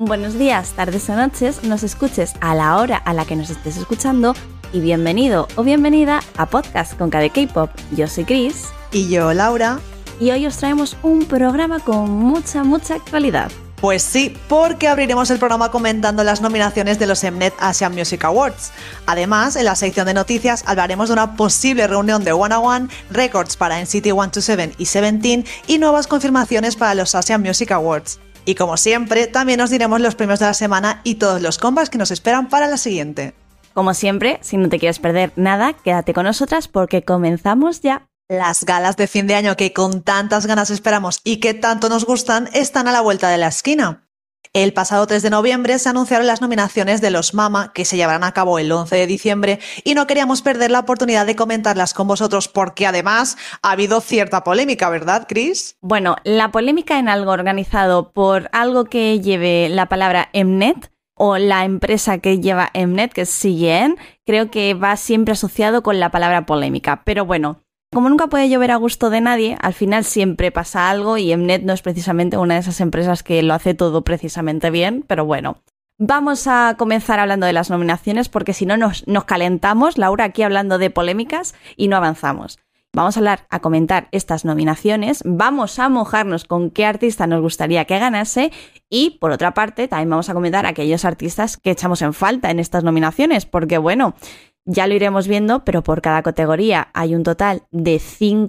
Buenos días, tardes o noches, nos escuches a la hora a la que nos estés escuchando y bienvenido o bienvenida a Podcast con KD K-Pop. Yo soy Chris. Y yo, Laura. Y hoy os traemos un programa con mucha actualidad. Pues sí, porque abriremos el programa comentando las nominaciones de los Mnet Asian Music Awards. Además, en la sección de noticias hablaremos de una posible reunión de 101, récords para NCT 127 y Seventeen y nuevas confirmaciones para los Asian Music Awards. Y como siempre, también os diremos los premios de la semana y todos los combats que nos esperan para la siguiente. Como siempre, si no te quieres perder nada, quédate con nosotras porque comenzamos ya. Las galas de fin de año que con tantas ganas esperamos y que tanto nos gustan están a la vuelta de la esquina. El pasado 3 de noviembre se anunciaron las nominaciones de los Mama, que se llevarán a cabo el 11 de diciembre, y no queríamos perder la oportunidad de comentarlas con vosotros porque además ha habido cierta polémica, ¿verdad, Chris? Bueno, la polémica en algo organizado por algo que lleve la palabra Mnet o la empresa que lleva Mnet, que es CGN, creo que va siempre asociado con la palabra polémica, pero bueno. Como nunca puede llover a gusto de nadie, al final siempre pasa algo y Mnet no es precisamente una de esas empresas que lo hace todo precisamente bien, pero bueno. Vamos a comenzar hablando de las nominaciones porque si no nos calentamos, Laura, aquí hablando de polémicas y no avanzamos. Vamos a comentar estas nominaciones, vamos a mojarnos con qué artista nos gustaría que ganase y, por otra parte, también vamos a comentar aquellos artistas que echamos en falta en estas nominaciones, porque bueno, ya lo iremos viendo, pero por cada categoría hay un total de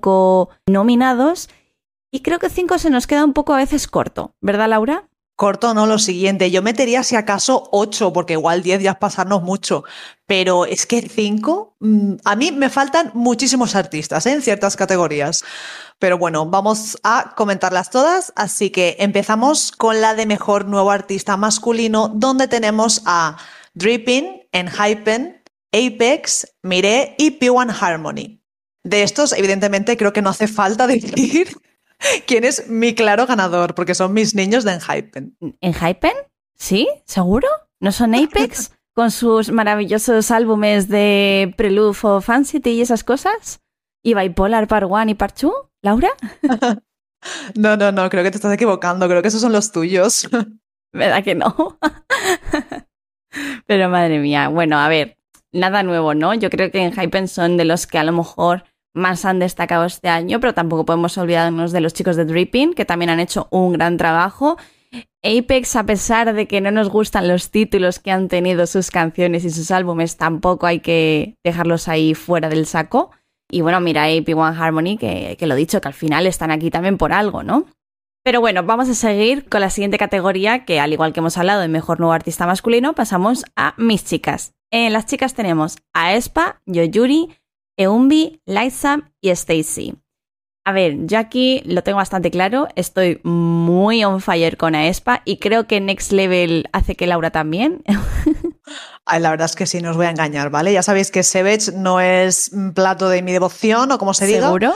5 nominados y creo que 5 se nos queda un poco a veces corto, ¿verdad, Laura? Corto no, lo siguiente, yo metería si acaso 8, porque igual 10 ya es pasarnos mucho, pero es que 5, a mí me faltan muchísimos artistas en ciertas categorías, pero bueno, vamos a comentarlas todas, así que empezamos con la de mejor nuevo artista masculino, donde tenemos a Drippin, ENHYPEN, Apex, Miré y P1 Harmony. De estos, evidentemente, creo que no hace falta decir quién es mi claro ganador, porque son mis niños de ENHYPEN. ¿ENHYPEN? ¿Sí? ¿Seguro? ¿No son Apex? ¿Con sus maravillosos álbumes de Prelude for Fan City y esas cosas? ¿Y Bipolar Part 1 y Part 2? ¿Laura? No, creo que te estás equivocando. Creo que esos son los tuyos. ¿Verdad que no? Pero madre mía, bueno, a ver, nada nuevo, ¿no? Yo creo que ENHYPEN son de los que a lo mejor más han destacado este año, pero tampoco podemos olvidarnos de los chicos de Drippin, que también han hecho un gran trabajo. Apex, a pesar de que no nos gustan los títulos que han tenido sus canciones y sus álbumes, tampoco hay que dejarlos ahí fuera del saco. Y bueno, mira, P1 Harmony, que lo dicho, que al final están aquí también por algo, ¿no? Pero bueno, vamos a seguir con la siguiente categoría, que al igual que hemos hablado de Mejor Nuevo Artista Masculino, pasamos a Mis Chicas. En las chicas tenemos a aespa, Yoyuri, Eunbi, Lightsam y Stacey. A ver, yo aquí lo tengo bastante claro, estoy muy on fire con aespa y creo que Next Level hace que Laura también. Ay, la verdad es que sí, no os voy a engañar, ¿vale? Ya sabéis que Savage no es plato de mi devoción o como se diga. ¿Seguro?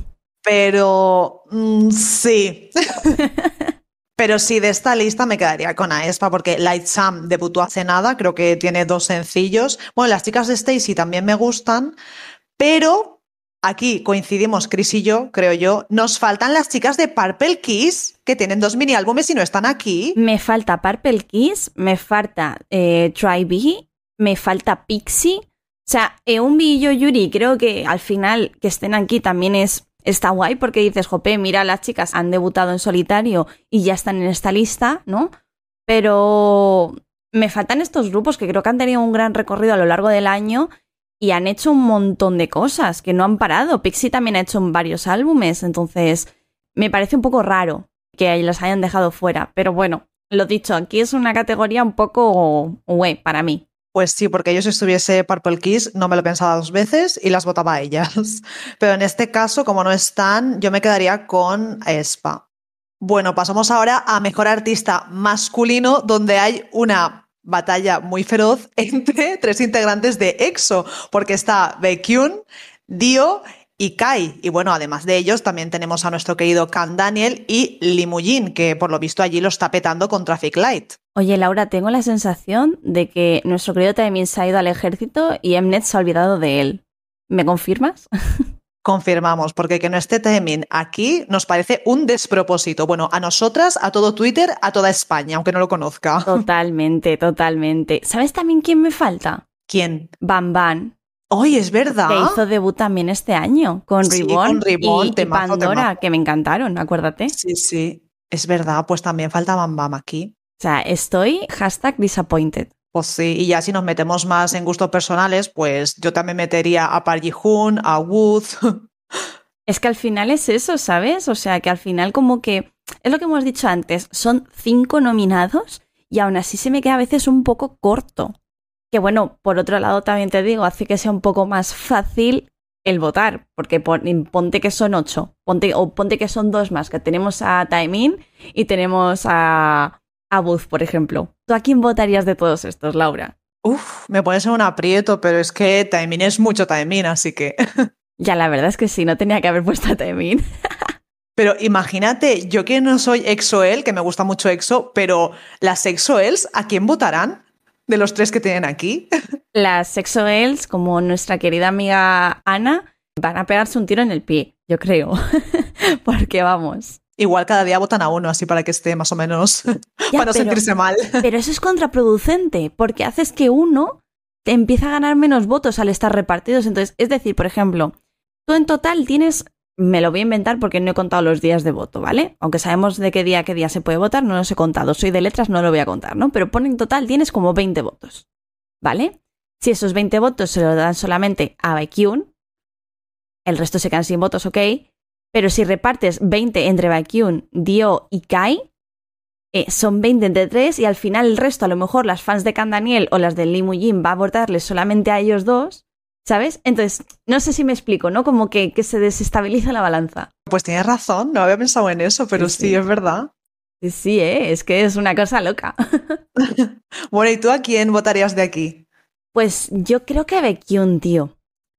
Pero sí. Pero sí, de esta lista me quedaría con aespa porque Lightsam debutó hace nada, creo que tiene 2 sencillos. Bueno, las chicas de Stacey también me gustan, pero aquí coincidimos Chris y yo, creo yo. Nos faltan las chicas de Purple Kiss, que tienen 2 mini álbumes y no están aquí. Me falta Purple Kiss, me falta Try B, me falta Pixie. O sea, Eunbi y Yoyuri creo que al final que estén aquí también está guay porque dices, jope, mira, las chicas han debutado en solitario y ya están en esta lista, ¿no? Pero me faltan estos grupos que creo que han tenido un gran recorrido a lo largo del año y han hecho un montón de cosas que no han parado. Pixie también ha hecho varios álbumes, entonces me parece un poco raro que los hayan dejado fuera. Pero bueno, lo dicho, aquí es una categoría un poco para mí. Pues sí, porque yo si estuviese Purple Kiss no me lo pensaba 2 veces y las votaba a ellas. Pero en este caso, como no están, yo me quedaría con aespa. Bueno, pasamos ahora a Mejor Artista Masculino, donde hay una batalla muy feroz entre 3 integrantes de EXO, porque está Baekhyun, Dio y Kai. Y bueno, además de ellos, también tenemos a nuestro querido Kang Daniel y Lee Mu-jin, que por lo visto allí lo está petando con Traffic Light. Oye, Laura, tengo la sensación de que nuestro querido Taemin se ha ido al ejército y Mnet se ha olvidado de él. ¿Me confirmas? Confirmamos, porque que no esté Taemin aquí nos parece un despropósito. Bueno, a nosotras, a todo Twitter, a toda España, aunque no lo conozca. Totalmente, totalmente. ¿Sabes también quién me falta? ¿Quién? Bam Bam. ¡Oye, es Que verdad! hizo debut también este año con Sí, Reborn con Ribbon, y Pandora, temazo. que me encantaron, acuérdate. Sí, sí, es verdad, pues también falta Bam Bam aquí. O sea, estoy #disappointed. Pues sí, y ya si nos metemos más en gustos personales, pues yo también metería a Park Ji-hoon, a Wood. Es que al final es eso, ¿sabes? O sea, que al final como que, es lo que hemos dicho antes, son 5 nominados y aún así se me queda a veces un poco corto. Que bueno, por otro lado también te digo, hace que sea un poco más fácil el votar, porque ponte que son 8, ponte que son 2 más, que tenemos a Taemin y tenemos a Booth, por ejemplo. ¿Tú a quién votarías de todos estos, Laura? Uf, me pones en un aprieto, pero es que Taemin es mucho Taemin, así que... Ya, la verdad es que sí, no tenía que haber puesto a Taemin. Pero imagínate, yo que no soy EXO-L, que me gusta mucho EXO, pero las EXO-Ls, ¿a quién votarán de los 3 que tienen aquí? Las EXO-Ls, como nuestra querida amiga Ana, van a pegarse un tiro en el pie, yo creo. Porque vamos. Igual cada día votan a uno, así para que esté más o menos, Ya, para no sentirse mal. pero eso es contraproducente, porque haces que uno te empiece a ganar menos votos al estar repartidos. Entonces, es decir, por ejemplo, tú en total tienes, me lo voy a inventar porque no he contado los días de voto, ¿vale? Aunque sabemos de qué día se puede votar, no los he contado. Soy de letras, no lo voy a contar, ¿no? Pero pon en total tienes como 20 votos, ¿vale? Si esos 20 votos se los dan solamente a Baekhyun, el resto se quedan sin votos, ok. Pero si repartes 20 entre Baekhyun, Dio y Kai, son 20 entre 3 y al final el resto, a lo mejor las fans de Kang Daniel o las de Lee Moo-jin va a votarles solamente a ellos dos, ¿sabes? Entonces, no sé si me explico, ¿no? Como que se desestabiliza la balanza. Pues tienes razón, no había pensado en eso, pero sí, es verdad. Sí, es que es una cosa loca. Bueno, ¿y tú a quién votarías de aquí? Pues yo creo que Baekhyun, tío.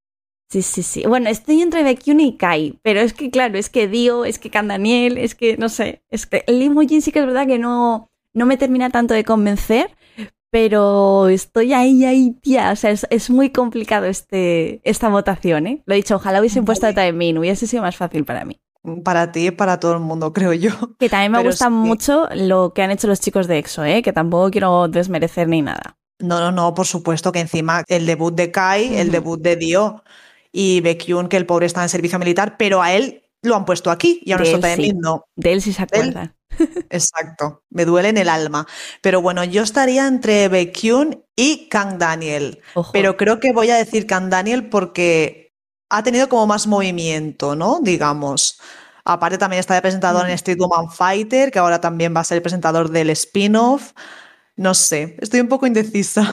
Sí. Bueno, estoy entre Baekhyun y Kai, pero es que, claro, es que Dio, es que Kang Daniel, es que, no sé, es que Lee Moo-jin sí que es verdad que no me termina tanto de convencer, pero estoy ahí, tía. O sea, es muy complicado esta votación, ¿eh? Lo he dicho, ojalá hubiesen puesto a Taemin, hubiese sido más fácil para mí. Para ti y para todo el mundo, creo yo. Que también me Pero gusta sí. mucho lo que han hecho los chicos de EXO, ¿eh? Que tampoco quiero desmerecer ni nada. No, por supuesto que encima el debut de Kai, el debut de Dio y Baekhyun, que el pobre está en servicio militar, pero a él lo han puesto aquí y a De nuestro él sí, Taemin no. de él sí se Él, acuerdan. exacto, me duele en el alma. Pero bueno, yo estaría entre Baekhyun y Kang Daniel, Ojo. pero creo que voy a decir Kang Daniel porque ha tenido como más movimiento, ¿no? Digamos. Aparte también está de presentador en Street Woman Fighter, que ahora también va a ser el presentador del spin-off. No sé, estoy un poco indecisa.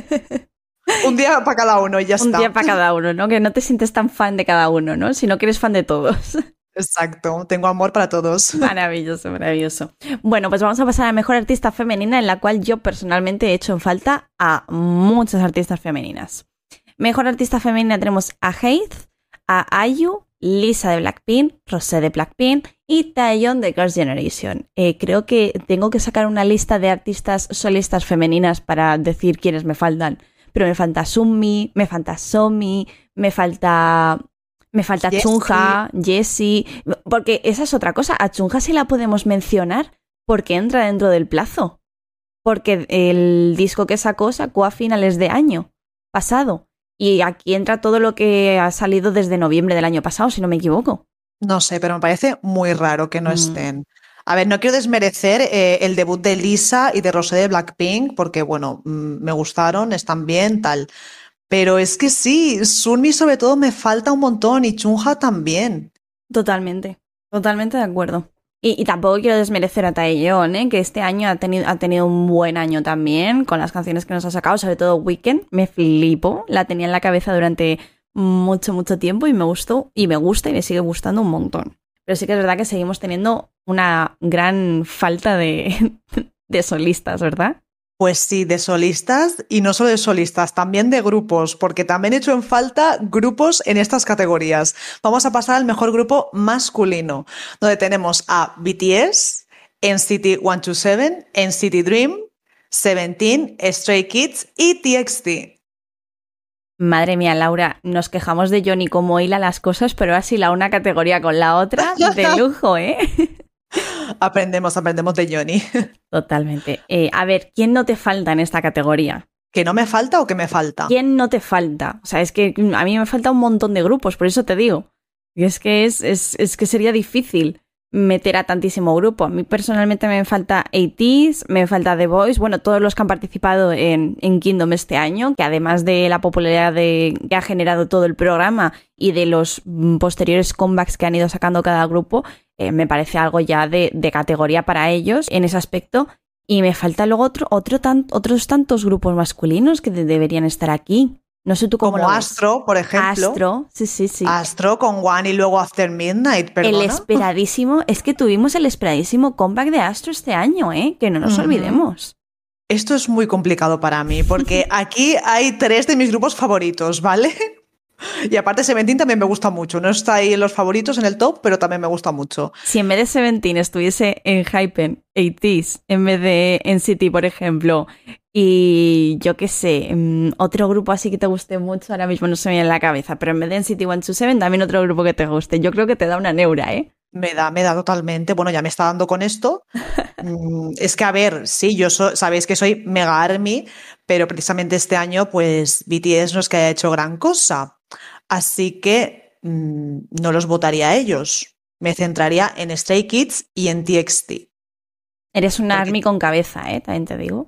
Un día para cada uno y ya Un está. día para cada uno, ¿no? Que no te sientes tan fan de cada uno, ¿no? Sino que eres fan de todos. Exacto, tengo amor para todos. Maravilloso, maravilloso. Bueno, pues vamos a pasar a Mejor Artista Femenina, en la cual yo personalmente he hecho en falta a muchas artistas femeninas. Mejor Artista Femenina tenemos a Haith, a IU, Lisa de Blackpink, Rosé de Blackpink y Taeyeon de Girls' Generation. Creo que tengo que sacar una lista de artistas solistas femeninas para decir quiénes me faltan. Pero me falta Sunmi, me falta Somi, me falta Jessie. Chungha, Jessie, porque esa es otra cosa. A Chungha sí la podemos mencionar porque entra dentro del plazo. Porque el disco que sacó a finales de año pasado. Y aquí entra todo lo que ha salido desde noviembre del año pasado, si no me equivoco. No sé, pero me parece muy raro que no estén. A ver, no quiero desmerecer el debut de Lisa y de Rosé de Blackpink, porque bueno, me gustaron, están bien, tal. Pero es que sí, Sunmi sobre todo me falta un montón y Chungha también. Totalmente de acuerdo. Y tampoco quiero desmerecer a Taeyeon, que este año ha tenido un buen año también con las canciones que nos ha sacado, sobre todo Weekend. Me flipo, la tenía en la cabeza durante mucho tiempo y me gustó y me gusta y me sigue gustando un montón. Pero sí que es verdad que seguimos teniendo una gran falta de solistas, ¿verdad? Pues sí, de solistas y no solo de solistas, también de grupos, porque también he hecho en falta grupos en estas categorías. Vamos a pasar al mejor grupo masculino, donde tenemos a BTS, NCT 127, NCT Dream, Seventeen, Stray Kids y TXT. Madre mía, Laura, nos quejamos de Johnny como hila las cosas, pero así la una categoría con la otra, de lujo, ¿eh? Aprendemos de Johnny. Totalmente. A ver, ¿quién no te falta en esta categoría? ¿Que no me falta o que me falta? ¿Quién no te falta? O sea, es que a mí me falta un montón de grupos, por eso te digo. Y es que es que sería difícil meter a tantísimo grupo. A mí personalmente me falta ATEEZ, me falta The Voice, bueno, todos los que han participado en Kingdom este año, que además de la popularidad que ha generado todo el programa y de los posteriores comebacks que han ido sacando cada grupo, me parece algo ya de categoría para ellos en ese aspecto. Y me falta luego otros tantos grupos masculinos que deberían estar aquí. No sé tú cómo como lo Astro, ves. por ejemplo. Astro, sí. Astro con One y luego After Midnight, perdona. El esperadísimo, es que tuvimos el esperadísimo comeback de Astro este año, que no nos olvidemos. Esto es muy complicado para mí, porque aquí hay 3 de mis grupos favoritos, ¿vale? Y aparte Seventeen también me gusta mucho. No está ahí en los favoritos, en el top, pero también me gusta mucho. Si en vez de Seventeen estuviese en Hypen, ATEEZ, en vez de NCT, por ejemplo, y yo qué sé, otro grupo así que te guste mucho, ahora mismo no se me viene en la cabeza, pero en vez de NCT 127, también otro grupo que te guste. Yo creo que te da una neura, ¿eh? Me da totalmente. Bueno, ya me está dando con esto. Es que, a ver, sí, sabéis que soy mega ARMY, pero precisamente este año, pues, BTS no es que haya hecho gran cosa. Así que no los votaría a ellos. Me centraría en Stray Kids y en TXT. Eres un ARMY con cabeza, también te digo.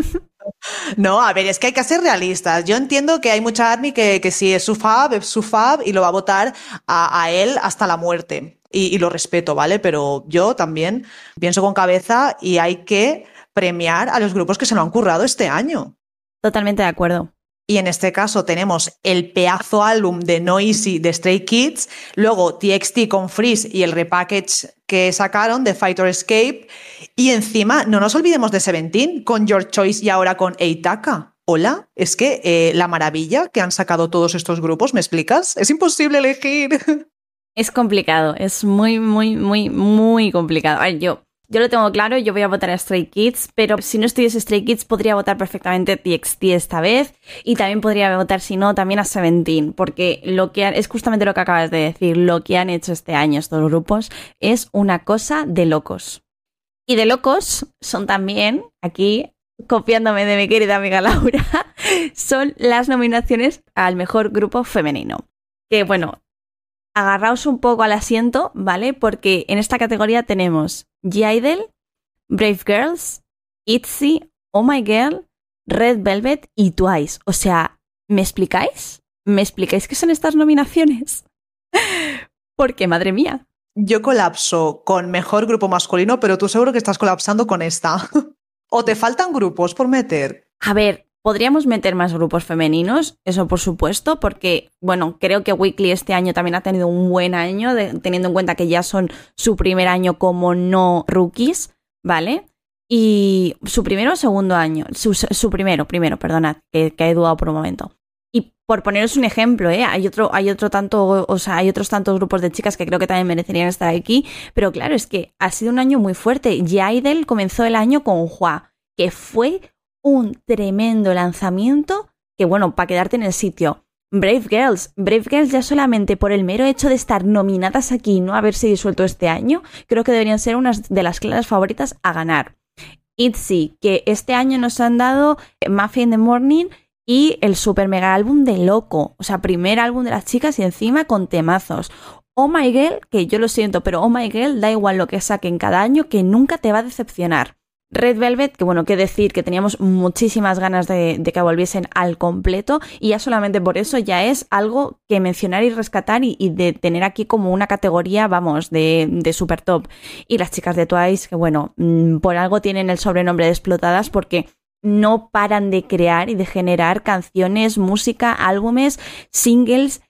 No, a ver, es que hay que ser realistas. Yo entiendo que hay mucha ARMY que sí es su fab y lo va a votar a él hasta la muerte. Y lo respeto, ¿vale? Pero yo también pienso con cabeza y hay que premiar a los grupos que se lo han currado este año. Totalmente de acuerdo. Y en este caso tenemos el pedazo álbum de Noisy de Stray Kids, luego TXT con Freeze y el repackage que sacaron de Fight or Escape, y encima no nos olvidemos de Seventeen con Your Choice y ahora con Eitaka. Hola, es que la maravilla que han sacado todos estos grupos, ¿me explicas? Es imposible elegir. Es complicado, es muy, muy, muy, muy complicado. A ver, yo lo tengo claro, yo voy a votar a Stray Kids, pero si no estuviese Stray Kids podría votar perfectamente TXT esta vez y también podría votar, si no, también a Seventeen, porque es justamente lo que acabas de decir, lo que han hecho este año estos grupos es una cosa de locos. Y de locos son también, aquí, copiándome de mi querida amiga Laura, son las nominaciones al mejor grupo femenino. Que bueno, agarraos un poco al asiento, ¿vale? Porque en esta categoría tenemos G-Idol, Brave Girls, ITZY, Oh My Girl, Red Velvet y Twice. O sea, ¿me explicáis? ¿Me explicáis qué son estas nominaciones? Porque, madre mía. Yo colapso con mejor grupo masculino, pero tú seguro que estás colapsando con esta. ¿O te faltan grupos por meter? A ver, podríamos meter más grupos femeninos, eso por supuesto, porque, bueno, creo que Weekly este año también ha tenido un buen año, teniendo en cuenta que ya son su primer año como no rookies, ¿vale? Y su primero o segundo año, su primero, perdonad, que he dudado por un momento. Y por poneros un ejemplo, hay otros tantos grupos de chicas que creo que también merecerían estar aquí, pero claro, es que ha sido un año muy fuerte. G-Idol comenzó el año con Hwa, que fue un tremendo lanzamiento que, bueno, para quedarte en el sitio. Brave Girls ya solamente por el mero hecho de estar nominadas aquí y no haberse disuelto este año, creo que deberían ser unas de las claras favoritas a ganar. ITZY, que este año nos han dado Mafia in the Morning y el super mega álbum de Loco, o sea, primer álbum de las chicas y encima con temazos. Oh My Girl, que yo lo siento, pero Oh My Girl da igual lo que saquen cada año, que nunca te va a decepcionar. Red Velvet, que bueno, qué decir, que teníamos muchísimas ganas de que volviesen al completo y ya solamente por eso ya es algo que mencionar y rescatar y de tener aquí como una categoría, vamos, de super top. Y las chicas de Twice, que bueno, por algo tienen el sobrenombre de explotadas porque no paran de crear y de generar canciones, música, álbumes, singles,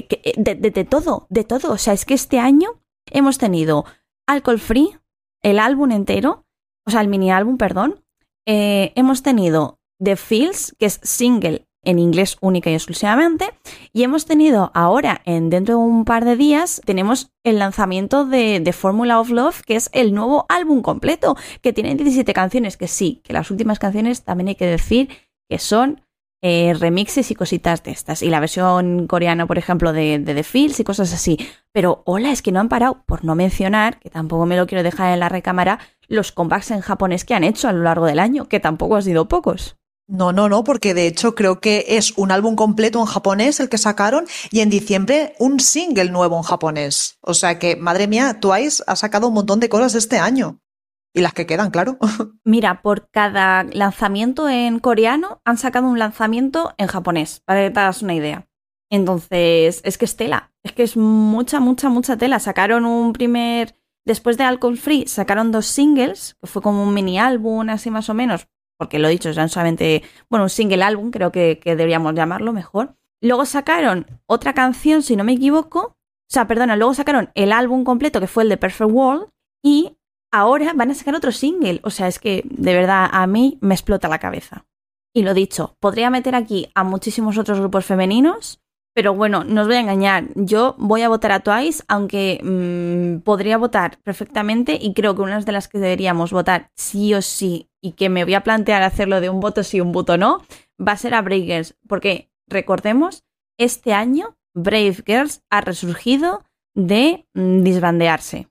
de todo. O sea, es que este año hemos tenido Alcohol Free, el álbum entero, o sea, el mini álbum, perdón. Hemos tenido The Feels, que es single en inglés única y exclusivamente, y hemos tenido ahora, dentro de un par de días, tenemos el lanzamiento de Formula of Love, que es el nuevo álbum completo, que tiene 17 canciones, que sí, que las últimas canciones también hay que decir que son remixes y cositas de estas. Y la versión coreana, por ejemplo, de The Fields y cosas así. Pero, hola, es que no han parado, por no mencionar, que tampoco me lo quiero dejar en la recámara, los comebacks en japonés que han hecho a lo largo del año, que tampoco han sido pocos. No, porque de hecho creo que es un álbum completo en japonés el que sacaron y en diciembre un single nuevo en japonés. O sea que, madre mía, Twice ha sacado un montón de cosas este año. Y las que quedan, claro. Mira, por cada lanzamiento en coreano han sacado un lanzamiento en japonés, para que te hagas una idea. Entonces, es que es tela, es que es mucha tela. Sacaron un primer... Después de Alcohol Free, sacaron 2 singles, que fue como un mini álbum, así más o menos, porque lo he dicho, eran solamente, bueno, un single álbum, creo que deberíamos llamarlo mejor. Luego sacaron otra canción, si no me equivoco, o sea, perdona, luego sacaron el álbum completo, que fue el de Perfect World, y ahora van a sacar otro single. O sea, es que de verdad a mí me explota la cabeza. Y lo dicho, podría meter aquí a muchísimos otros grupos femeninos, pero bueno, no os voy a engañar. Yo voy a votar a Twice, aunque podría votar perfectamente y creo que una de las que deberíamos votar sí o sí y que me voy a plantear hacerlo de un voto sí, un voto no, va a ser a Brave Girls. Porque, recordemos, este año Brave Girls ha resurgido de disbandearse.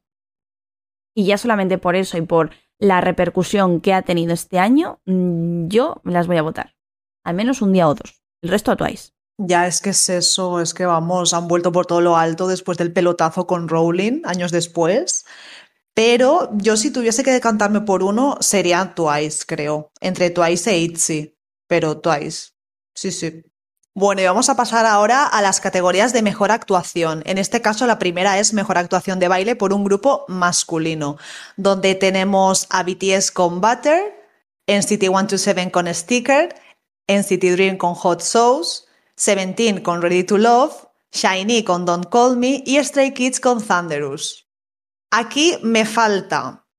Y ya solamente por eso y por la repercusión que ha tenido este año, yo las voy a votar. Al menos un día o dos. El resto a Twice. Ya es que es eso, es que vamos, han vuelto por todo lo alto después del pelotazo con Rowling, años después. Pero yo si tuviese que decantarme por uno, sería Twice, creo. Entre Twice e ITZY. Pero Twice. Sí. Bueno, y vamos a pasar ahora a las categorías de mejor actuación. En este caso, la primera es mejor actuación de baile por un grupo masculino, donde tenemos a BTS con Butter, NCT 127 con Sticker, NCT Dream con Hot Sauce, Seventeen con Ready to Love, SHINee con Don't Call Me y Stray Kids con Thunderous. Aquí me falta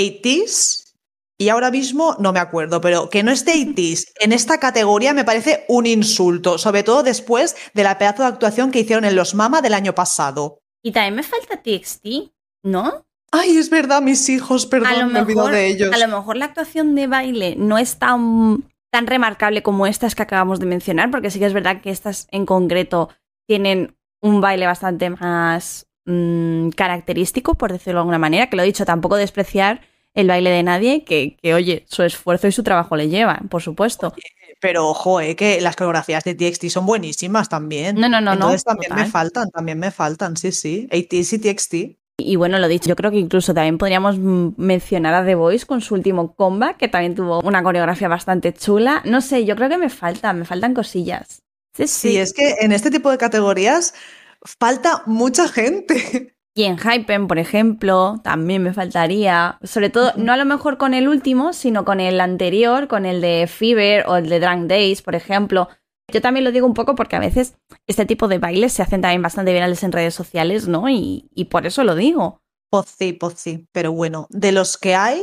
80s y ahora mismo no me acuerdo, pero que no esté 80s en esta categoría me parece un insulto, sobre todo después de la pedazo de actuación que hicieron en los Mama del año pasado. Y también me falta TXT, ¿no? Ay, es verdad, mis hijos, perdón, me olvido de ellos. A lo mejor la actuación de baile no es tan remarcable como estas que acabamos de mencionar, porque sí que es verdad que estas en concreto tienen un baile bastante más característico, por decirlo de alguna manera, que lo he dicho, tampoco despreciar el baile de nadie, que oye, su esfuerzo y su trabajo le llevan, por supuesto. Oye, pero ojo, que las coreografías de TXT son buenísimas también. No. Entonces también Total. también me faltan, sí. 80s y TXT. Y bueno, lo dicho, yo creo que incluso también podríamos mencionar a The Voice con su último comeback, que también tuvo una coreografía bastante chula. No sé, yo creo que me faltan cosillas. Sí, es que en este tipo de categorías falta mucha gente. Y en Hypen, por ejemplo, también me faltaría, sobre todo, no a lo mejor con el último, sino con el anterior, con el de Fever o el de Drunk Days, por ejemplo. Yo también lo digo un poco porque a veces este tipo de bailes se hacen también bastante virales en redes sociales, ¿no? Y por eso lo digo. Pues sí, pero bueno, de los que hay,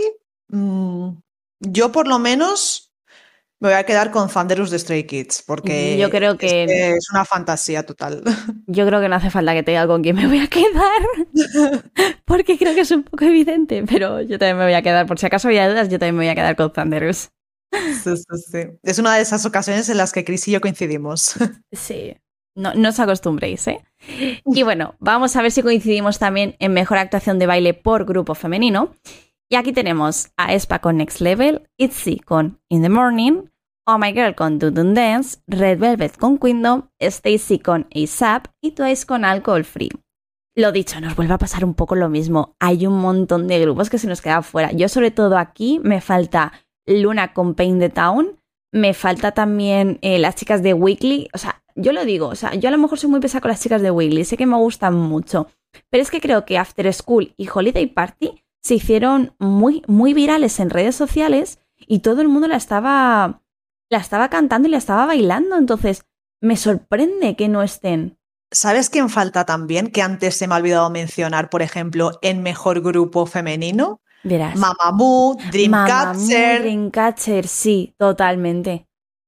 yo por lo menos me voy a quedar con Thunderous de Stray Kids, porque Yo creo que es una fantasía total. Yo creo que no hace falta que te diga con quién me voy a quedar, porque creo que es un poco evidente, pero yo también me voy a quedar, por si acaso había dudas, yo también me voy a quedar con Thunderous. Sí. Es una de esas ocasiones en las que Chris y yo coincidimos. Sí, no os acostumbréis, ¿eh? Y bueno, vamos a ver si coincidimos también en mejor actuación de baile por grupo femenino. Y aquí tenemos a aespa con Next Level, ITZY con In the Morning, Oh My Girl con Do Don't Dance, Red Velvet con Kingdom, STAYC con ASAP y Twice con Alcohol Free. Lo dicho, nos vuelve a pasar un poco lo mismo. Hay un montón de grupos que se nos quedan fuera. Yo sobre todo aquí me falta Luna con Paint the Town, me falta también las chicas de Weekly. O sea, yo lo digo, o sea, yo a lo mejor soy muy pesada con las chicas de Weekly, sé que me gustan mucho, pero es que creo que After School y Holiday Party se hicieron muy virales en redes sociales y todo el mundo la estaba cantando y la estaba bailando, entonces me sorprende que no estén. ¿Sabes quién falta también? Que antes se me ha olvidado mencionar, por ejemplo, en mejor grupo femenino. Verás. Mamamoo, Dreamcatcher. Dreamcatcher, sí, totalmente.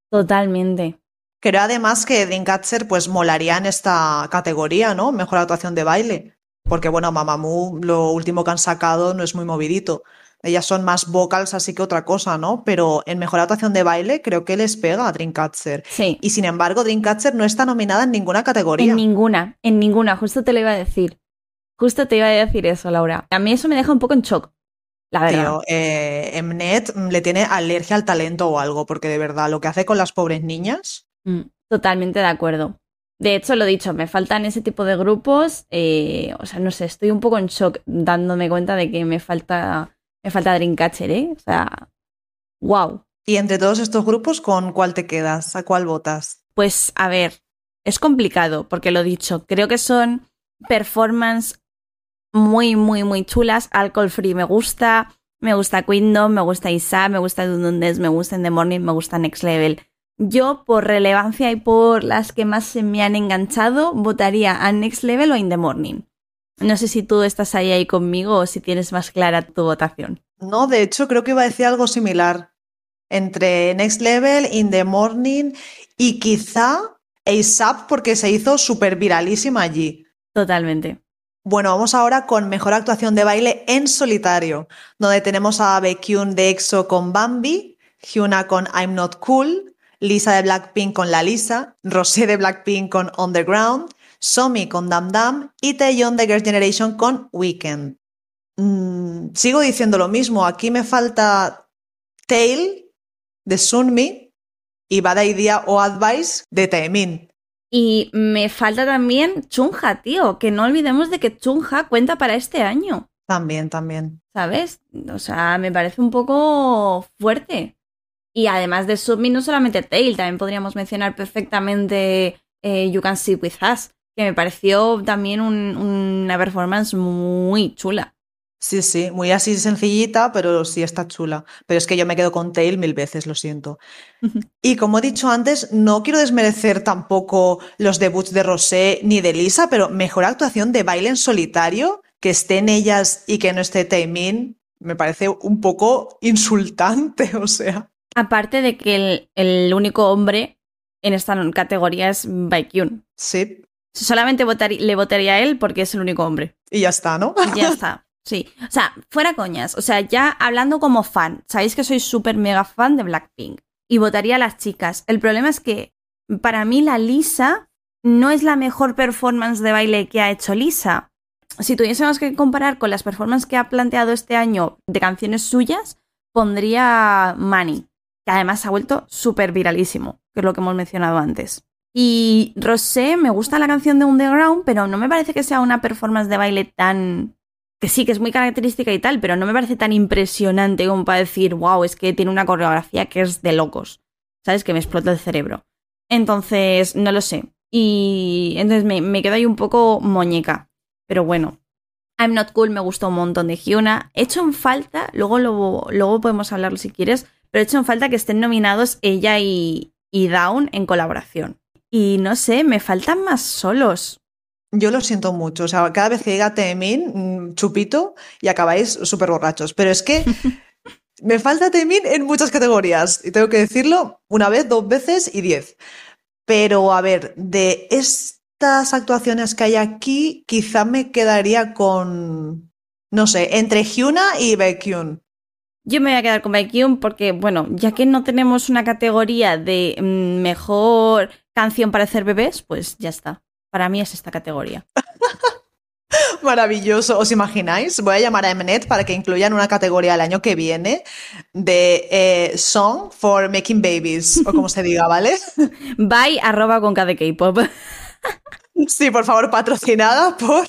Creo además que Dreamcatcher pues molaría en esta categoría, ¿no? Mejor actuación de baile. Porque bueno, Mamamoo, lo último que han sacado no es muy movidito. Ellas son más vocals así que otra cosa, ¿no? Pero en mejor actuación de baile creo que les pega a Dreamcatcher. Sí. Y sin embargo, Dreamcatcher no está nominada en ninguna categoría. En ninguna, justo te lo iba a decir. Justo te iba a decir eso, Laura. A mí eso me deja un poco en shock, la verdad. Tío, Mnet le tiene alergia al talento o algo, porque de verdad lo que hace con las pobres niñas. Totalmente de acuerdo. De hecho, lo dicho, me faltan ese tipo de grupos. O sea, no sé, estoy un poco en shock dándome cuenta de que me falta Dreamcatcher, ¿eh? O sea, wow. Y entre todos estos grupos, ¿con cuál te quedas? ¿A cuál votas? Pues a ver, es complicado, porque lo dicho, creo que son performance muy, muy, muy chulas. Alcohol Free me gusta Queendom, me gusta ISAB, me gusta Dundes, me gusta In The Morning, me gusta Next Level. Yo, por relevancia y por las que más se me han enganchado, votaría a Next Level o In The Morning. No sé si tú estás ahí conmigo o si tienes más clara tu votación. No, de hecho, creo que iba a decir algo similar. Entre Next Level, In The Morning y quizá ASAP, porque se hizo súper viralísima allí. Totalmente. Bueno, vamos ahora con mejor actuación de baile en solitario, donde tenemos a Baekhyun de EXO con Bambi, Hyuna con I'm Not Cool, Lisa de Blackpink con La Lisa, Rosé de Blackpink con On The Ground, Somi con Dam Dam y Taeyeon de Girls' Generation con Weekend. Sigo diciendo lo mismo, aquí me falta Tail de Sunmi y Bad Idea o Advice de Taemin. Y me falta también Chungha, tío, que no olvidemos de que Chungha cuenta para este año. También. ¿Sabes? O sea, me parece un poco fuerte. Y además de Submi, no solamente Tail, también podríamos mencionar perfectamente You Can See With Us, que me pareció también una performance muy chula. Sí, muy así sencillita, pero sí está chula. Pero es que yo me quedo con Tail 1000 veces, lo siento. Y como he dicho antes, no quiero desmerecer tampoco los debuts de Rosé ni de Lisa, pero mejor actuación de baile en solitario, que estén ellas y que no esté Taemin, me parece un poco insultante, o sea. Aparte de que el único hombre en esta categoría es Baekhyun. Sí. Solamente le votaría a él porque es el único hombre. Y ya está, ¿no? Ya está. Sí, o sea, fuera coñas, o sea, ya hablando como fan, sabéis que soy súper mega fan de Blackpink y votaría a las chicas. El problema es que para mí la Lisa no es la mejor performance de baile que ha hecho Lisa. Si tuviésemos que comparar con las performances que ha planteado este año de canciones suyas, pondría Money, que además se ha vuelto súper viralísimo, que es lo que hemos mencionado antes. Y Rosé, me gusta la canción de Underground, pero no me parece que sea una performance de baile tan... que sí, que es muy característica y tal, pero no me parece tan impresionante como para decir, wow, es que tiene una coreografía que es de locos, ¿sabes? Que me explota el cerebro. Entonces, no lo sé. Y entonces me quedo ahí un poco muñeca. Pero bueno, I'm Not Cool me gustó un montón de Hyuna. He hecho en falta, luego podemos hablarlo si quieres, pero he hecho en falta que estén nominados ella y Dawn en colaboración. Y no sé, me faltan más solos. Yo lo siento mucho, o sea, cada vez que llega Taemin, chupito y acabáis súper borrachos. Pero es que me falta Taemin en muchas categorías y tengo que decirlo una vez, 2 veces y 10. Pero a ver, de estas actuaciones que hay aquí, quizá me quedaría con, no sé, entre Hyuna y Baekhyun. Yo me voy a quedar con Baekhyun porque, bueno, ya que no tenemos una categoría de mejor canción para hacer bebés, pues ya está. Para mí es esta categoría. Maravilloso, ¿os imagináis? Voy a llamar a Mnet para que incluyan una categoría el año que viene de Song for Making Babies, o como se diga, ¿vale? Bye, @conca de K-pop. Sí, por favor, patrocinada por...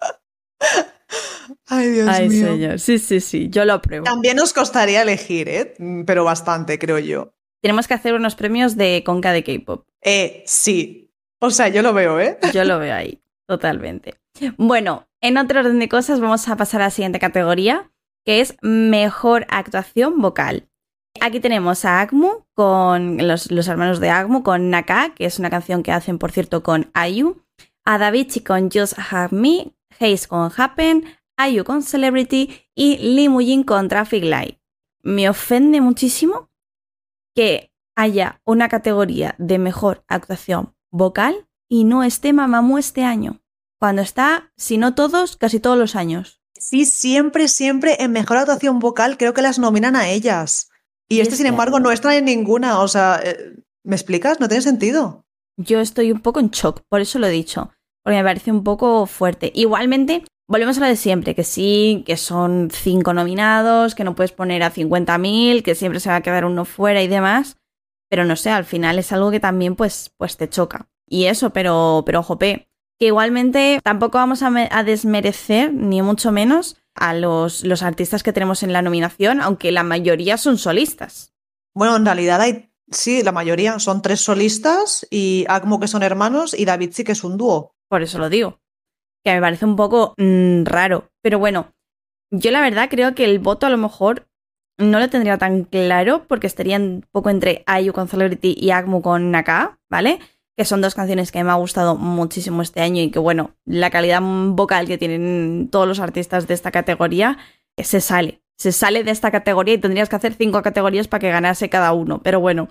Ay, Dios mío. Señor. Sí, yo lo apruebo. También nos costaría elegir, ¿eh? Pero bastante, creo yo. Tenemos que hacer unos premios de conca de K-pop. Sí. O sea, yo lo veo, ¿eh? Yo lo veo ahí, totalmente. Bueno, en otro orden de cosas vamos a pasar a la siguiente categoría, que es Mejor Actuación Vocal. Aquí tenemos a Agmu, con los hermanos de Agmu, con Naka, que es una canción que hacen, por cierto, con IU, a Davichi con Just Have Me, Haze con Happen, IU con Celebrity y Lee Mujin con Traffic Light. Me ofende muchísimo que haya una categoría de Mejor Actuación Vocal y no esté Mamamoo este año, cuando está, si no todos, casi todos los años. Sí, siempre, siempre en mejor actuación vocal creo que las nominan a ellas. Y sin embargo, no está en ninguna. O sea, ¿me explicas? No tiene sentido. Yo estoy un poco en shock, por eso lo he dicho, porque me parece un poco fuerte. Igualmente, volvemos a lo de siempre, que sí, que son 5 nominados, que no puedes poner a 50.000, que siempre se va a quedar uno fuera y demás, pero no sé, al final es algo que también pues te choca. Y eso, pero jope, que igualmente tampoco vamos a desmerecer, ni mucho menos, a los artistas que tenemos en la nominación, aunque la mayoría son solistas. Bueno, en realidad sí, la mayoría son 3 solistas y Akmo que son hermanos y David sí que es un dúo. Por eso lo digo, que me parece un poco raro. Pero bueno, yo la verdad creo que el voto a lo mejor no lo tendría tan claro porque estaría un poco entre IU con Celebrity y Akmu con Naka, ¿vale? Que son 2 canciones que me ha gustado muchísimo este año y que, bueno, la calidad vocal que tienen todos los artistas de esta categoría se sale de esta categoría y tendrías que hacer 5 categorías para que ganase cada uno. Pero bueno,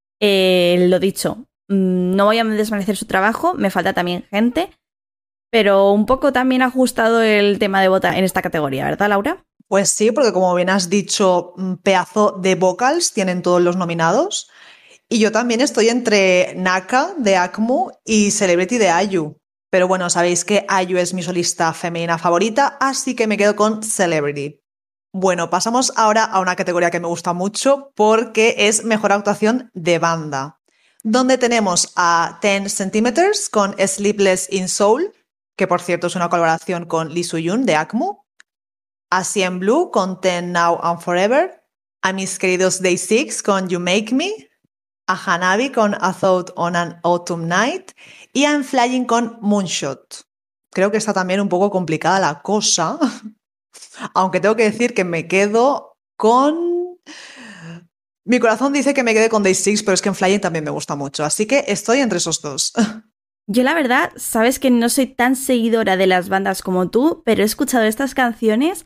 lo dicho, no voy a desvanecer su trabajo, me falta también gente, pero un poco también ajustado el tema de votar en esta categoría, ¿verdad, Laura? Pues sí, porque como bien has dicho, pedazo de vocals tienen todos los nominados. Y yo también estoy entre Naka de Akmu y Celebrity de IU. Pero bueno, sabéis que IU es mi solista femenina favorita, así que me quedo con Celebrity. Bueno, pasamos ahora a una categoría que me gusta mucho porque es Mejor Actuación de Banda, donde tenemos a 10 Centimeters con Sleepless in Seoul, que por cierto es una colaboración con Lee Soo-yoon de Akmu, a CN Blue con 10 Now and Forever, a mis queridos Day 6 con You Make Me, a Hanabi con A Thought on an Autumn Night y a I'm Flying con Moonshot. Creo que está también un poco complicada la cosa, aunque tengo que decir que me quedo con... Mi corazón dice que me quede con Day 6, pero es que en Flying también me gusta mucho, así que estoy entre esos dos. Yo la verdad, sabes que no soy tan seguidora de las bandas como tú, pero he escuchado estas canciones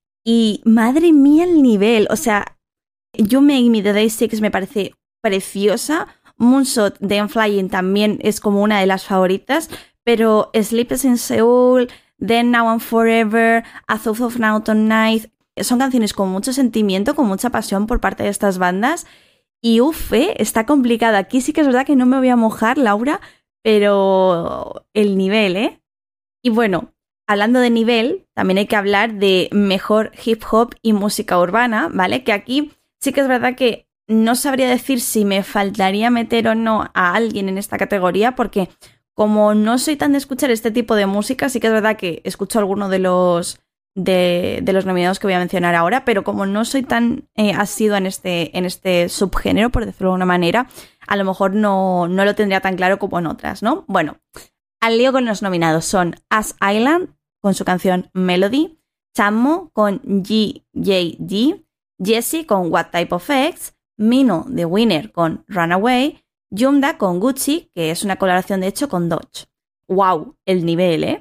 y madre mía el nivel. O sea, You Make Me de Day 6 me parece preciosa. Moonshot de I'm Flying también es como una de las favoritas, pero Sleepless in Seoul, Then Now and Forever, A Thought of an Autumn Night son canciones con mucho sentimiento, con mucha pasión por parte de estas bandas. Y está complicado. Aquí sí que es verdad que no me voy a mojar, Laura, pero el nivel, ¿eh? Y bueno, hablando de nivel, también hay que hablar de mejor hip hop y música urbana, ¿vale? Que aquí sí que es verdad que no sabría decir si me faltaría meter o no a alguien en esta categoría, porque como no soy tan de escuchar este tipo de música, sí que es verdad que escucho alguno de los nominados que voy a mencionar ahora, pero como no soy tan asidua en este subgénero, por decirlo de alguna manera, a lo mejor no lo tendría tan claro como en otras, ¿no? Bueno, al lío con los nominados son As Island con su canción Melody, Chammo con GJD, Jessie con What Type of X, Mino The Winner con Runaway, Yumda con Gucci, que es una colaboración de hecho con Dodge. ¡Wow! El nivel, ¿eh?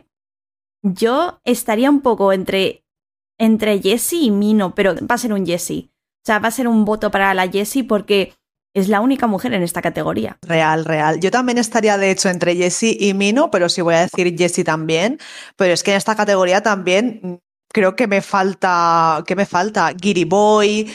Yo estaría un poco entre Jessie y Mino, pero va a ser un Jessie. O sea, va a ser un voto para la Jessie porque es la única mujer en esta categoría. Real, real. Yo también estaría, de hecho, entre Jessie y Mino, pero sí voy a decir Jessie también. Pero es que en esta categoría también creo que me falta... ¿Qué me falta? Giri Boy,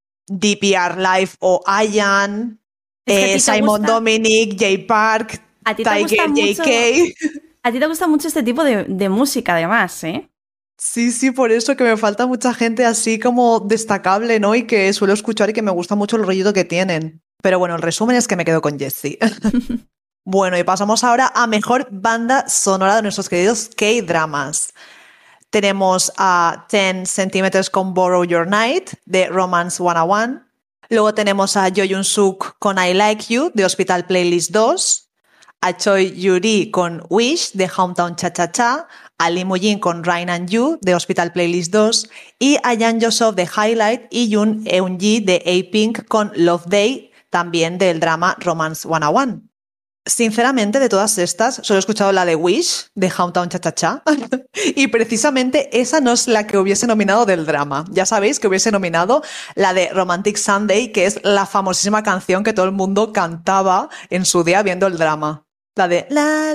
DPR Live o Ayan, Simon Dominic, Jay Park, Tiger JK. A ti te gusta mucho este tipo de música, además, ¿eh? Sí, por eso que me falta mucha gente así como destacable, ¿no? Y que suelo escuchar y que me gusta mucho el rollito que tienen. Pero bueno, el resumen es que me quedo con Jessie. Bueno, y pasamos ahora a mejor banda sonora de nuestros queridos K-dramas. Tenemos a 10 Centimeters con Borrow Your Night de Romance 101. Luego tenemos a Jo Yoon-suk con I Like You de Hospital Playlist 2. A Choi Yuri con Wish de Hometown Cha Cha Cha, a Lee Moo-jin con Rain and You de Hospital Playlist 2 y a Yang Joseph de Highlight y Yoon Eun-ji de A-Pink con Love Day, también del drama Romance 101. Sinceramente, de todas estas, solo he escuchado la de Wish, de Hometown Cha Cha Cha, y precisamente esa no es la que hubiese nominado del drama. Ya sabéis que hubiese nominado la de Romantic Sunday, que es la famosísima canción que todo el mundo cantaba en su día viendo el drama. La de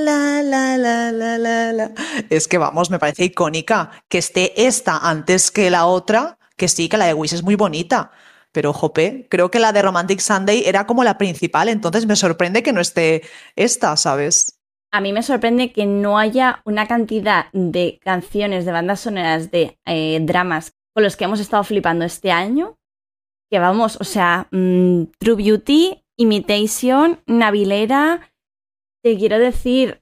la. Es que vamos, me parece icónica. Que esté esta antes que la otra, que sí, que la de Wish es muy bonita. Pero, jope, creo que la de Romantic Sunday era como la principal, entonces me sorprende que no esté esta, ¿sabes? A mí me sorprende que no haya una cantidad de canciones de bandas sonoras de dramas con los que hemos estado flipando este año. Que vamos, o sea, True Beauty, Imitation, Navilera, te quiero decir,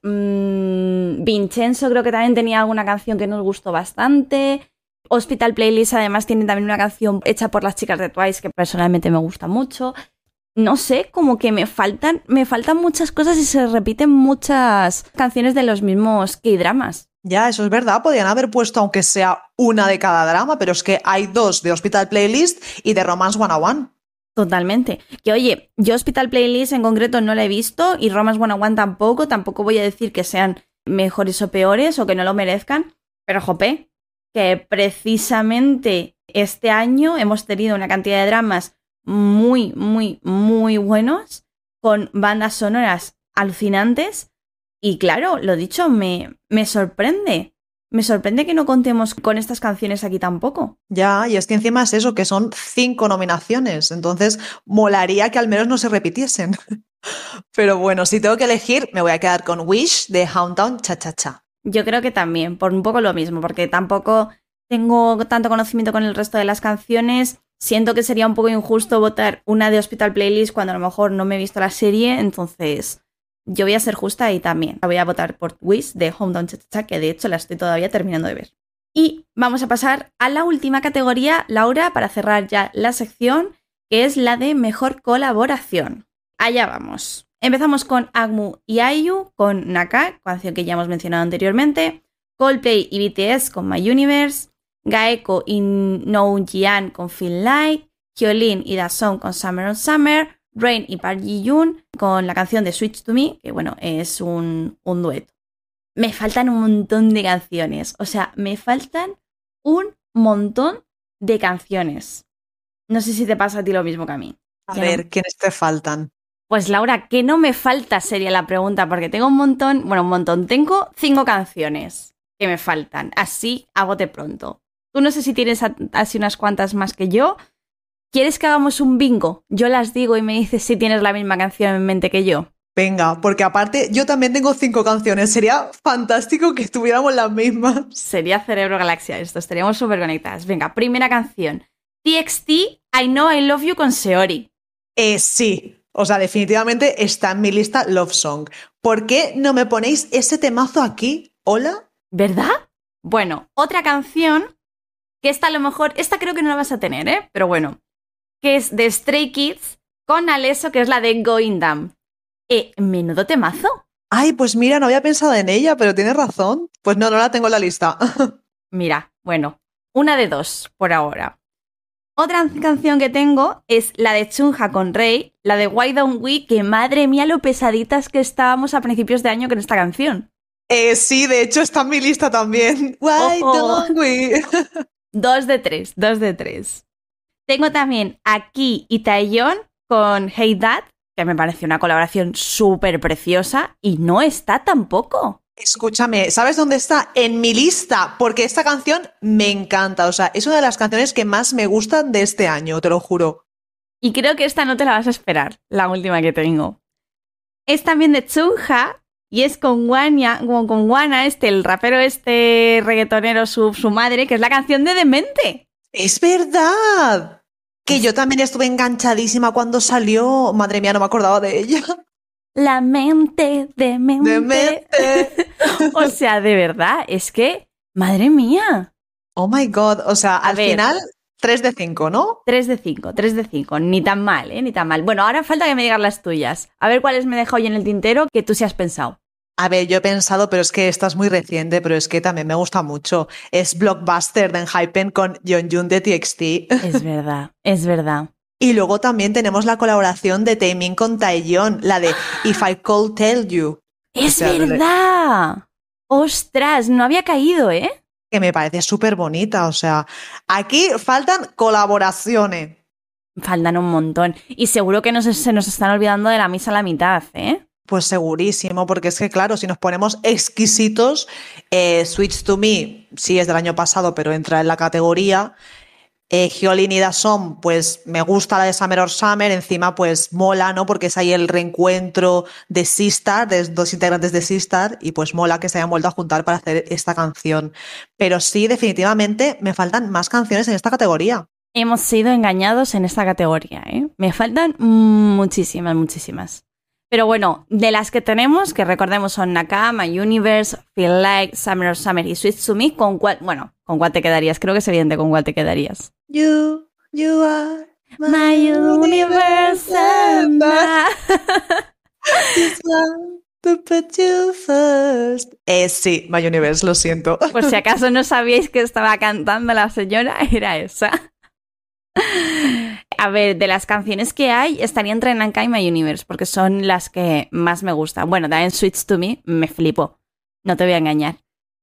Vincenzo creo que también tenía alguna canción que nos gustó bastante. Hospital Playlist además tiene también una canción hecha por las chicas de Twice que personalmente me gusta mucho. No sé, como que me faltan muchas cosas y se repiten muchas canciones de los mismos K-dramas. Ya, eso es verdad, podrían haber puesto aunque sea una de cada drama, pero es que hay dos de Hospital Playlist y de Romance 101. Totalmente. Que oye, yo Hospital Playlist en concreto no la he visto y Romance 101 tampoco voy a decir que sean mejores o peores o que no lo merezcan, pero jope, que precisamente este año hemos tenido una cantidad de dramas muy, muy, muy buenos con bandas sonoras alucinantes y claro, lo dicho, me sorprende. Me sorprende que no contemos con estas canciones aquí tampoco. Ya, y es que encima es eso, que son 5 nominaciones, entonces molaría que al menos no se repitiesen. Pero bueno, si tengo que elegir, me voy a quedar con Wish de Hometown Cha Cha Cha. Yo creo que también, por un poco lo mismo, porque tampoco tengo tanto conocimiento con el resto de las canciones. Siento que sería un poco injusto votar una de Hospital Playlist cuando a lo mejor no me he visto la serie, entonces yo voy a ser justa y también voy a votar por Wish de Hometown Cha Cha Cha, que de hecho la estoy todavía terminando de ver. Y vamos a pasar a la última categoría, Laura, para cerrar ya la sección, que es la de mejor colaboración. Allá vamos. Empezamos con Agmu y IU con Naka, canción que ya hemos mencionado anteriormente, Coldplay y BTS con My Universe, Gaeko y Noujian con Feel Like, Hyolyn y Dasong con Summer on Summer, Rain y Park Ji-yoon con la canción de Switch to Me, que bueno, es un dueto. Me faltan un montón de canciones, o sea, me faltan un montón de canciones. No sé si te pasa a ti lo mismo que a mí. A ver, ¿quiénes te faltan? Pues Laura, ¿qué no me falta? Sería la pregunta, porque tengo un montón, tengo 5 canciones que me faltan, así a bote pronto. Tú no sé si tienes así unas cuantas más que yo. ¿Quieres que hagamos un bingo? Yo las digo y me dices si tienes la misma canción en mente que yo. Venga, porque aparte yo también tengo 5 canciones, sería fantástico que tuviéramos las mismas. Sería Cerebro Galaxia esto, estaríamos súper conectadas. Venga, primera canción. TXT, I Know I Love You con Seori. Sí. O sea, definitivamente está en mi lista Love Song. ¿Por qué no me ponéis ese temazo aquí? ¿Hola? ¿Verdad? Bueno, otra canción, que esta a lo mejor, esta creo que no la vas a tener, ¿eh? Pero bueno, que es de Stray Kids con Alesso, que es la de Going Down. Menudo temazo. Ay, pues mira, no había pensado en ella, pero tienes razón. Pues no la tengo en la lista. Mira, bueno, una de dos por ahora. Otra canción que tengo es la de Chunha con Rey, la de Why Don't We, que madre mía lo pesaditas que estábamos a principios de año con esta canción. Sí, de hecho está en mi lista también. Why don't we? 2 de 3, 2 de 3. Tengo también aquí y Taeyeon con Hey Dad, que me pareció una colaboración súper preciosa y no está tampoco. Escúchame, ¿sabes dónde está? En mi lista, porque esta canción me encanta, o sea, es una de las canciones que más me gustan de este año, te lo juro. Y creo que esta no te la vas a esperar, la última que tengo. Es también de Chunha y es con Wana, el rapero reggaetonero, su madre, que es la canción de Demente. ¡Es verdad! Que yo también estuve enganchadísima cuando salió. Madre mía, no me acordaba de ella. La mente, demente. O sea, de verdad, es que, madre mía. Oh my God, o sea, al final 3 de 5, ¿no? 3 de 5, 3 de 5, ni tan mal, ni tan mal. Bueno, ahora falta que me digas las tuyas. A ver cuáles me he dejado hoy en el tintero que tú sí has pensado. A ver, yo he pensado, pero es que esta es muy reciente, pero es que también me gusta mucho. Es Blockbuster de Enhypen con Yeonjun de TXT. Es verdad, es verdad. Y luego también tenemos la colaboración de Taemin con Taeyeon, la de If I Could Tell You. ¡Es verdad! ¡Ostras! No había caído, ¿eh? Que me parece súper bonita, o sea, aquí faltan colaboraciones. Faltan un montón. Y seguro que se nos están olvidando de La Misa a la mitad, ¿eh? Pues segurísimo, porque es que claro, si nos ponemos exquisitos, Switch to Me sí es del año pasado, pero entra en la categoría. Hyolyn y Dawson, pues me gusta la de Summer or Summer, encima pues mola, ¿no? Porque es ahí el reencuentro de Sistar, de dos integrantes de Sistar, y pues mola que se hayan vuelto a juntar para hacer esta canción. Pero sí, definitivamente me faltan más canciones en esta categoría. Hemos sido engañados en esta categoría, ¿eh? Me faltan muchísimas, muchísimas. Pero bueno, de las que tenemos, que recordemos son Nakama, Universe, Feel Like, Summer or Summer y Switch to Me, ¿con cuál te quedarías? Creo que es evidente con cuál te quedarías. You are my universe and just want to put you first. Sí, My Universe, lo siento. Por si acaso no sabíais que estaba cantando la señora, era esa. A ver, de las canciones que hay, estaría entre Nanka y My Universe, porque son las que más me gustan. Bueno, también Switch to Me me flipó, no te voy a engañar.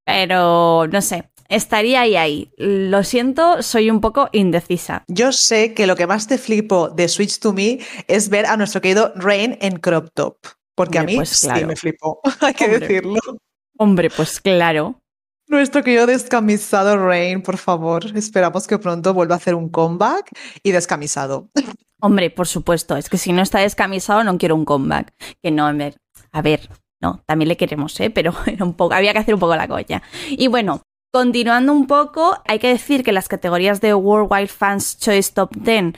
Pero, no sé, estaría ahí. Lo siento, soy un poco indecisa. Yo sé que lo que más te flipo de Switch to Me es ver a nuestro querido Rain en crop top, porque Hombre, a mí pues claro. Sí me flipó, hay que decirlo. Hombre, pues claro. Nuestro querido descamisado Rain, por favor, esperamos que pronto vuelva a hacer un comeback y descamisado. Hombre, por supuesto, es que si no está descamisado no quiero un comeback. Que no, a ver, no, también le queremos, pero era había que hacer un poco la coña. Y bueno, continuando un poco, hay que decir que las categorías de Worldwide Fans Choice Top 10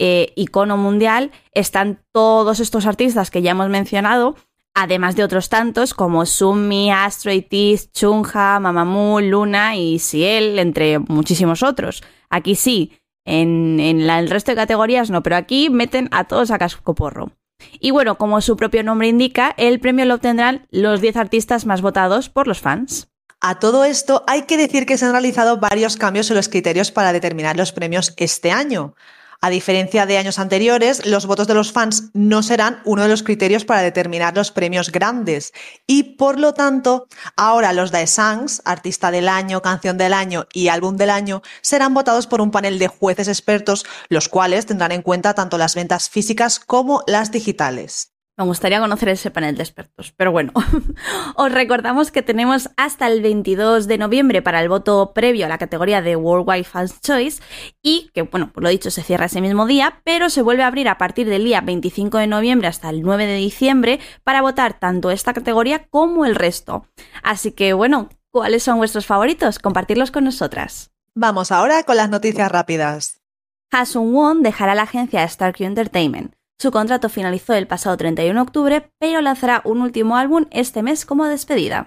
Icono Mundial están todos estos artistas que ya hemos mencionado, además de otros tantos como Sunmi, Astray Teeth, Chungha, Mamamoo, Luna y Ciel, entre muchísimos otros. Aquí sí, en el resto de categorías no, pero aquí meten a todos a cascoporro. Y bueno, como su propio nombre indica, el premio lo obtendrán los 10 artistas más votados por los fans. A todo esto hay que decir que se han realizado varios cambios en los criterios para determinar los premios este año. A diferencia de años anteriores, los votos de los fans no serán uno de los criterios para determinar los premios grandes y, por lo tanto, ahora los Daesangs, Artista del Año, Canción del Año y Álbum del Año, serán votados por un panel de jueces expertos, los cuales tendrán en cuenta tanto las ventas físicas como las digitales. Me gustaría conocer ese panel de expertos, pero bueno. Os recordamos que tenemos hasta el 22 de noviembre para el voto previo a la categoría de Worldwide Fans Choice y que, bueno, por lo dicho, se cierra ese mismo día, pero se vuelve a abrir a partir del día 25 de noviembre hasta el 9 de diciembre para votar tanto esta categoría como el resto. Así que, bueno, ¿cuáles son vuestros favoritos? Compartirlos con nosotras. Vamos ahora con las noticias rápidas. Ha Sung-won dejará la agencia Star Q Entertainment. Su contrato finalizó el pasado 31 de octubre, pero lanzará un último álbum este mes como despedida.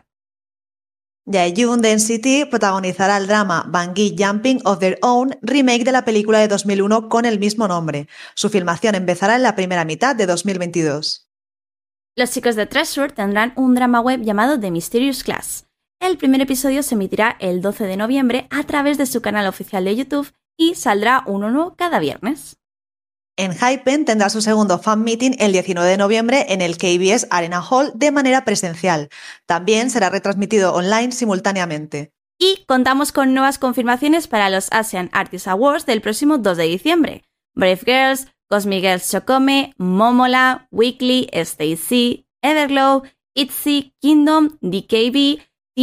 Jaehyun de NCT protagonizará el drama Bungee Jumping of Their Own, remake de la película de 2001 con el mismo nombre. Su filmación empezará en la primera mitad de 2022. Los chicos de Treasure tendrán un drama web llamado The Mysterious Class. El primer episodio se emitirá el 12 de noviembre a través de su canal oficial de YouTube y saldrá uno nuevo cada viernes. ENHYPEN tendrá su segundo fan meeting el 19 de noviembre en el KBS Arena Hall de manera presencial. También será retransmitido online simultáneamente. Y contamos con nuevas confirmaciones para los Asian Artist Awards del próximo 2 de diciembre. Brave Girls, Cosmic Girls Chokome, Momola, Weekly, STAYC, Everglow, ITZY, Kingdom, DKB,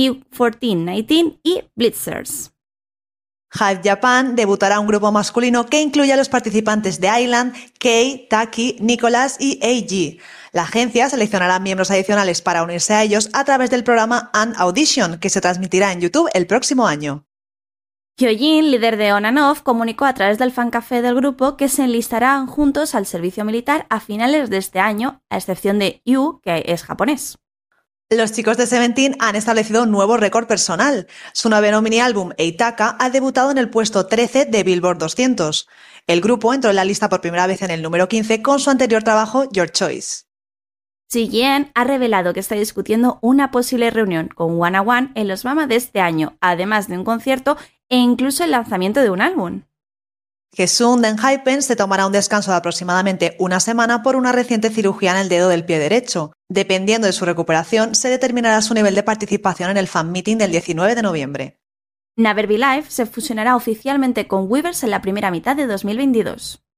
T1419 y Blitzers. HYBE Japan debutará un grupo masculino que incluye a los participantes de Island, Kei, Taki, Nicholas y AG. La agencia seleccionará miembros adicionales para unirse a ellos a través del programa An Audition, que se transmitirá en YouTube el próximo año. Hyojin, líder de On and Off, comunicó a través del fancafé del grupo que se enlistarán juntos al servicio militar a finales de este año, a excepción de Yu, que es japonés. Los chicos de Seventeen han establecido un nuevo récord personal. Su noveno mini-álbum, Eitaka, ha debutado en el puesto 13 de Billboard 200. El grupo entró en la lista por primera vez en el número 15 con su anterior trabajo, Your Choice. Jiyeon ha revelado que está discutiendo una posible reunión con Wanna One en los Mama de este año, además de un concierto e incluso el lanzamiento de un álbum. Jisung de ENHYPEN se tomará un descanso de aproximadamente una semana por una reciente cirugía en el dedo del pie derecho. Dependiendo de su recuperación, se determinará su nivel de participación en el fan meeting del 19 de noviembre. Never Be Live se fusionará oficialmente con Weverse en la primera mitad de 2022.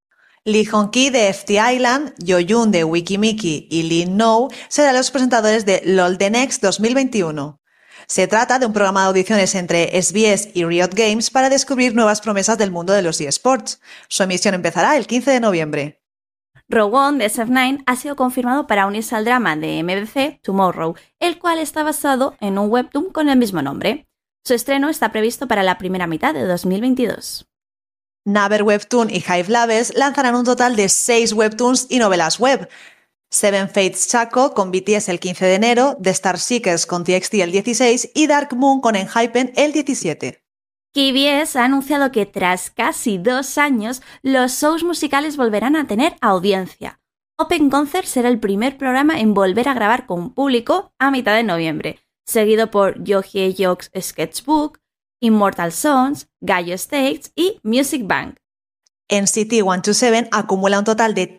Lee Hong-ki de FT Island, Yo-Yoon de Wikimiki y Lee No serán los presentadores de LOL The Next 2021. Se trata de un programa de audiciones entre SBS y Riot Games para descubrir nuevas promesas del mundo de los eSports. Su emisión empezará el 15 de noviembre. Rowan de SF9 ha sido confirmado para unirse al drama de MBC Tomorrow, el cual está basado en un webtoon con el mismo nombre. Su estreno está previsto para la primera mitad de 2022. Naver Webtoon y Hive Labels lanzarán un total de 6 webtoons y novelas web. Seven Fates Chaco con BTS el 15 de enero, The Star Seekers con TXT el 16 y Dark Moon con Enhypen el 17. KBS ha anunciado que tras casi 2 años, los shows musicales volverán a tener audiencia. Open Concert será el primer programa en volver a grabar con público a mitad de noviembre, seguido por Yohye Yoke's Sketchbook, Immortal Sons, Gallo Stakes y Music Bank. NCT 127 acumula un total de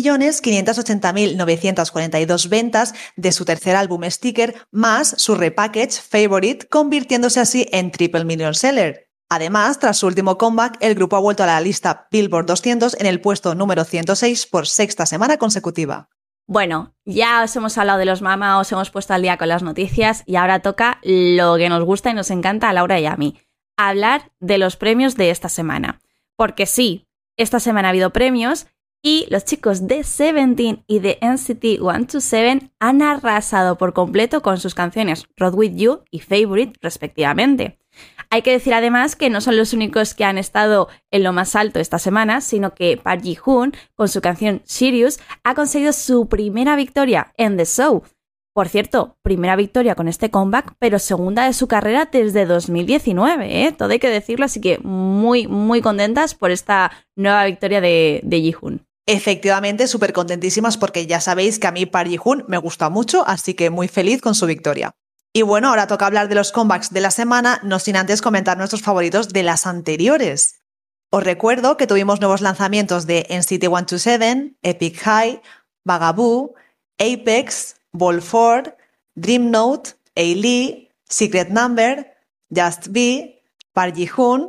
3.580.942 ventas de su tercer álbum Sticker, más su repackage Favorite, convirtiéndose así en triple million seller. Además, tras su último comeback, el grupo ha vuelto a la lista Billboard 200 en el puesto número 106 por 6ª semana consecutiva. Bueno, ya os hemos hablado de los Mama, os hemos puesto al día con las noticias y ahora toca lo que nos gusta y nos encanta a Laura y a mí, hablar de los premios de esta semana. Porque sí, esta semana ha habido premios y los chicos de Seventeen y de NCT 127 han arrasado por completo con sus canciones Rode With You y Favorite, respectivamente. Hay que decir además que no son los únicos que han estado en lo más alto esta semana, sino que Park Ji-hoon, con su canción Sirius, ha conseguido su primera victoria en The Show. Por cierto, primera victoria con este comeback, pero segunda de su carrera desde 2019, ¿eh? Todo hay que decirlo, así que muy, muy contentas por esta nueva victoria de Ji-hoon. Efectivamente, súper contentísimas porque ya sabéis que a mí Park Ji-hoon me gusta mucho, así que muy feliz con su victoria. Y bueno, ahora toca hablar de los comebacks de la semana, no sin antes comentar nuestros favoritos de las anteriores. Os recuerdo que tuvimos nuevos lanzamientos de NCT 127, Epic High, Bugaboo, Apex, Ball 4, Dream Note, A-Lee, Secret Number, Just Be, Park Ji-hoon,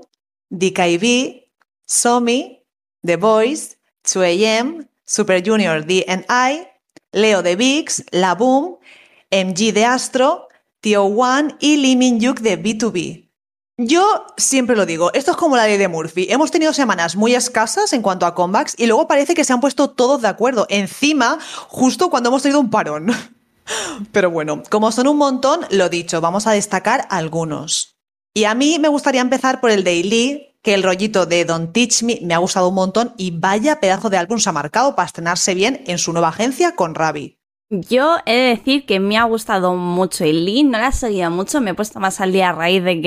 DKIB, Somi, The Boys, 2AM, Super Junior D&I, Leo de VIX, La Boom, MG de Astro, TO1 y Lee Min-hyuk de B2B. Yo siempre lo digo, esto es como la ley de Murphy. Hemos tenido semanas muy escasas en cuanto a comebacks y luego parece que se han puesto todos de acuerdo. Encima, justo cuando hemos tenido un parón. Pero bueno, como son un montón, lo dicho, vamos a destacar algunos. Y a mí me gustaría empezar por el de Lee, que el rollito de Don't Teach Me me ha gustado un montón y vaya pedazo de álbum se ha marcado para estrenarse bien en su nueva agencia con Ravi. Yo he de decir que me ha gustado mucho y Lee no la he seguido mucho, me he puesto más al día a raíz de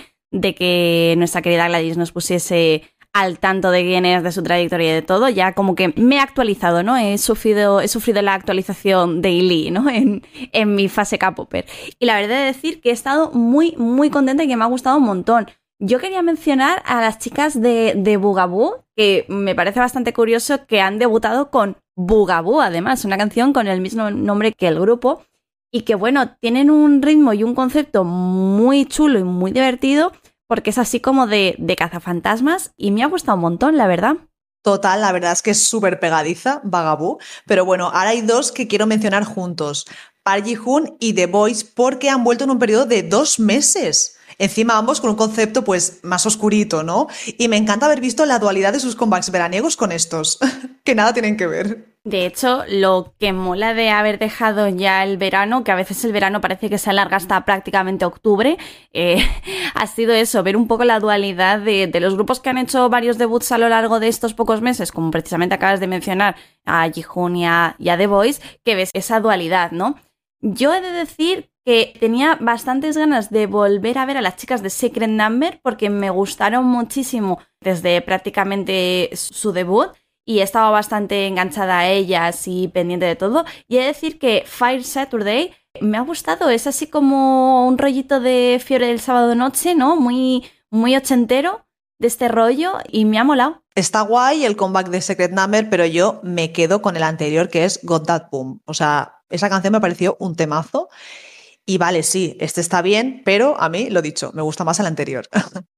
que nuestra querida Gladys nos pusiese al tanto de quién es, de su trayectoria y de todo. Ya como que me he actualizado, ¿no? He sufrido la actualización de Lee, ¿no? En mi fase K-popper. Y la verdad es decir que he estado muy, muy contenta y que me ha gustado un montón. Yo quería mencionar a las chicas de Bugaboo, que me parece bastante curioso que han debutado con Bugaboo, además, una canción con el mismo nombre que el grupo, y que, bueno, tienen un ritmo y un concepto muy chulo y muy divertido, porque es así como de cazafantasmas, y me ha gustado un montón, la verdad. Total, la verdad es que es súper pegadiza, Bugaboo, pero bueno, ahora hay dos que quiero mencionar juntos, Park Ji-hoon y The Boys, porque han vuelto en un periodo de 2 meses. Encima ambos con un concepto pues más oscurito, ¿no? Y me encanta haber visto la dualidad de sus comebacks veraniegos con estos, que nada tienen que ver. De hecho, lo que mola de haber dejado ya el verano, que a veces el verano parece que se alarga hasta prácticamente octubre, ha sido eso, ver un poco la dualidad de los grupos que han hecho varios debuts a lo largo de estos pocos meses, como precisamente acabas de mencionar a Ji-hoon y a The Boys, que ves esa dualidad, ¿no? Yo he de decir que tenía bastantes ganas de volver a ver a las chicas de Secret Number porque me gustaron muchísimo desde prácticamente su debut y estaba bastante enganchada a ellas y pendiente de todo. Y he de decir que Fire Saturday me ha gustado, es así como un rollito de Fiebre del Sábado Noche, ¿no? Muy, muy ochentero de este rollo y me ha molado. Está guay el comeback de Secret Number, pero yo me quedo con el anterior que es Got That Boom. O sea, esa canción me pareció un temazo. Y vale, sí, este está bien, pero a mí, lo dicho, me gusta más el anterior.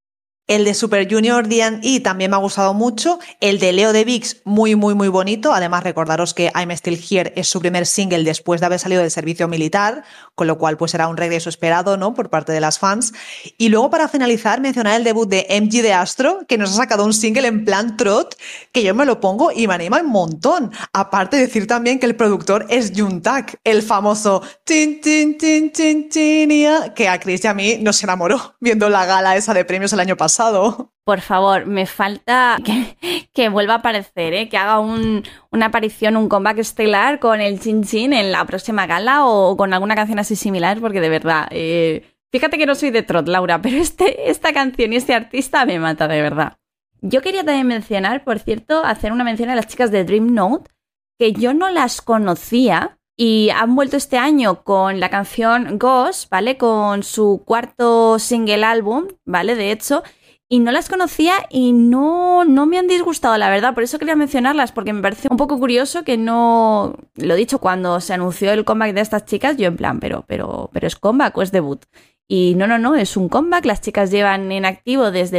El de Super Junior D&E también me ha gustado mucho. El de Leo de Vix, muy, muy, muy bonito. Además, recordaros que I'm Still Here es su primer single después de haber salido del servicio militar, con lo cual pues era un regreso esperado, ¿no?, por parte de las fans. Y luego, para finalizar, mencionar el debut de MG de Astro, que nos ha sacado un single en plan trot, que yo me lo pongo y me anima un montón. Aparte de decir también que el productor es Juntak, el famoso tin, tin, tin, tin, tin, que a Chris y a mí nos enamoró viendo la gala esa de premios el año pasado. Por favor, me falta que vuelva a aparecer, ¿eh? Que haga una aparición, un comeback estelar con el Chin Chin en la próxima gala o con alguna canción así similar, porque de verdad, fíjate que no soy de trot, Laura, pero esta canción y este artista me mata, de verdad. Yo quería también mencionar, por cierto, hacer una mención a las chicas de Dream Note, que yo no las conocía y han vuelto este año con la canción Ghost, ¿vale? Con su cuarto single álbum, ¿vale? De hecho, y no las conocía y no me han disgustado, la verdad. Por eso quería mencionarlas, porque me parece un poco curioso que no... Lo dicho, cuando se anunció el comeback de estas chicas, yo en plan, pero ¿es comeback o es debut? Y no, es un comeback. Las chicas llevan en activo desde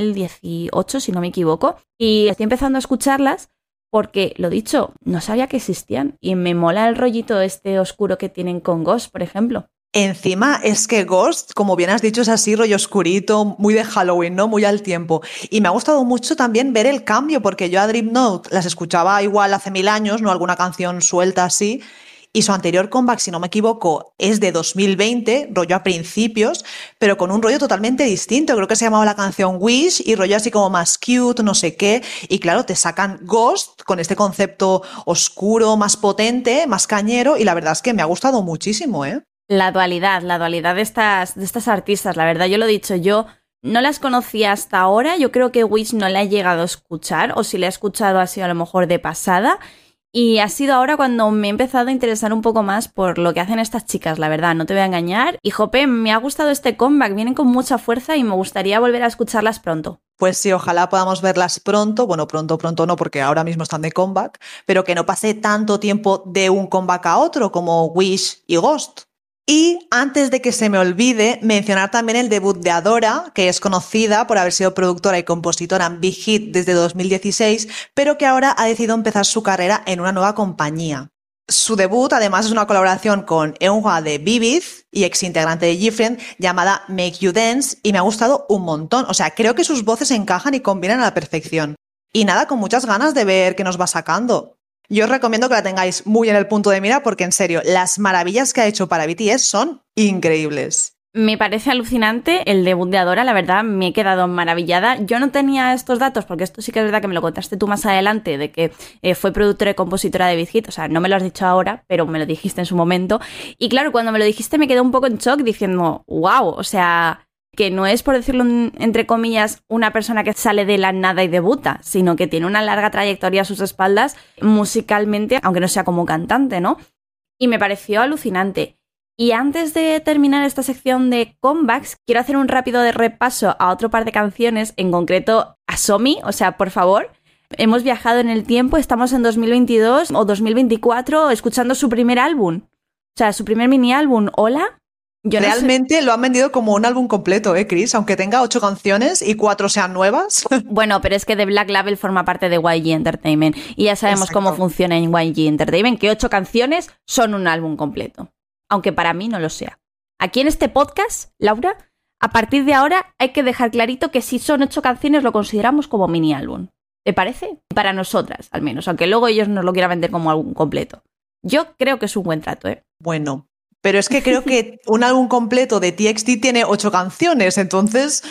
2018, si no me equivoco. Y estoy empezando a escucharlas porque, lo dicho, no sabía que existían. Y me mola el rollito este oscuro que tienen con Ghost, por ejemplo. Encima es que Ghost, como bien has dicho, es así rollo oscurito, muy de Halloween, ¿no? Muy al tiempo. Y me ha gustado mucho también ver el cambio, porque yo a Dream Note las escuchaba igual hace 1000 años, ¿no? Alguna canción suelta así. Y su anterior comeback, si no me equivoco, es de 2020, rollo a principios, pero con un rollo totalmente distinto. Creo que se llamaba la canción Wish y rollo así como más cute, no sé qué. Y claro, te sacan Ghost con este concepto oscuro, más potente, más cañero, y la verdad es que me ha gustado muchísimo, ¿eh? La dualidad de estas artistas, la verdad, yo lo he dicho, yo no las conocía hasta ahora, yo creo que Wish no la he llegado a escuchar, o si la he escuchado ha sido a lo mejor de pasada, y ha sido ahora cuando me he empezado a interesar un poco más por lo que hacen estas chicas, la verdad, no te voy a engañar, y jope, me ha gustado este comeback, vienen con mucha fuerza y me gustaría volver a escucharlas pronto. Pues sí, ojalá podamos verlas pronto, bueno, pronto no, porque ahora mismo están de comeback, pero que no pase tanto tiempo de un comeback a otro como Wish y Ghost. Y antes de que se me olvide, mencionar también el debut de Adora, que es conocida por haber sido productora y compositora en Big Hit desde 2016, pero que ahora ha decidido empezar su carrera en una nueva compañía. Su debut, además, es una colaboración con Eunhwa de Vivid y ex integrante de GFriend, llamada Make You Dance, y me ha gustado un montón. O sea, creo que sus voces encajan y combinan a la perfección. Y nada, con muchas ganas de ver qué nos va sacando. Yo os recomiendo que la tengáis muy en el punto de mira porque, en serio, las maravillas que ha hecho para BTS son increíbles. Me parece alucinante el debut de Adora, la verdad, me he quedado maravillada. Yo no tenía estos datos, porque esto sí que es verdad que me lo contaste tú más adelante, de que fue productora y compositora de Big Hit, o sea, no me lo has dicho ahora, pero me lo dijiste en su momento. Y claro, cuando me lo dijiste me quedé un poco en shock diciendo, wow, o sea, que no es, por decirlo entre comillas, una persona que sale de la nada y debuta, sino que tiene una larga trayectoria a sus espaldas musicalmente, aunque no sea como cantante, ¿no? Y me pareció alucinante. Y antes de terminar esta sección de comebacks, quiero hacer un rápido repaso a otro par de canciones, en concreto a Somi, o sea, por favor, hemos viajado en el tiempo, estamos en 2022 o 2024 escuchando su primer álbum, o sea, su primer mini álbum, ¿Hola? Realmente lo han vendido como un álbum completo, Chris, aunque tenga 8 canciones y 4 sean nuevas. Bueno, pero es que The Black Label forma parte de YG Entertainment y ya sabemos Exacto. cómo funciona en YG Entertainment, que 8 canciones son un álbum completo, aunque para mí no lo sea. Aquí en este podcast, Laura, a partir de ahora hay que dejar clarito que si son 8 canciones lo consideramos como mini álbum. ¿Te parece? Para nosotras, al menos, aunque luego ellos nos lo quieran vender como álbum completo. Yo creo que es un buen trato, ¿eh? Bueno, pero es que creo que un álbum completo de TXT tiene 8 canciones, entonces...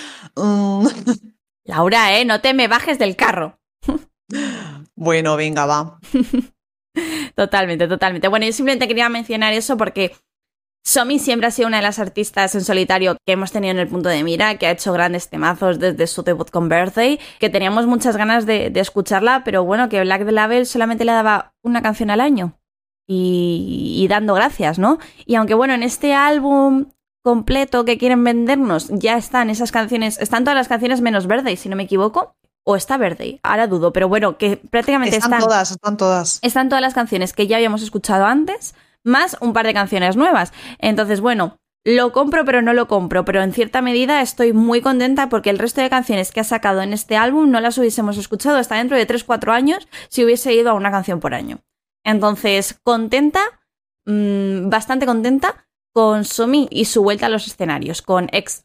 Laura, no te me bajes del carro. Bueno, venga, va. Totalmente. Bueno, yo simplemente quería mencionar eso porque Somi siempre ha sido una de las artistas en solitario que hemos tenido en el punto de mira, que ha hecho grandes temazos desde su debut con Birthday, que teníamos muchas ganas de escucharla, pero bueno, que Black Label solamente le daba una canción al año. Y dando gracias, ¿no? Y aunque bueno, en este álbum completo que quieren vendernos ya están esas canciones, están todas las canciones menos Birthday, si no me equivoco, o está Birthday, ahora dudo, pero bueno, que prácticamente están todas. Están todas las canciones que ya habíamos escuchado antes, más un par de canciones nuevas. Entonces, bueno, lo compro pero no lo compro, pero en cierta medida estoy muy contenta porque el resto de canciones que ha sacado en este álbum no las hubiésemos escuchado hasta dentro de 3-4 años si hubiese ido a una canción por año. Entonces, contenta, bastante contenta con Somi y su vuelta a los escenarios, con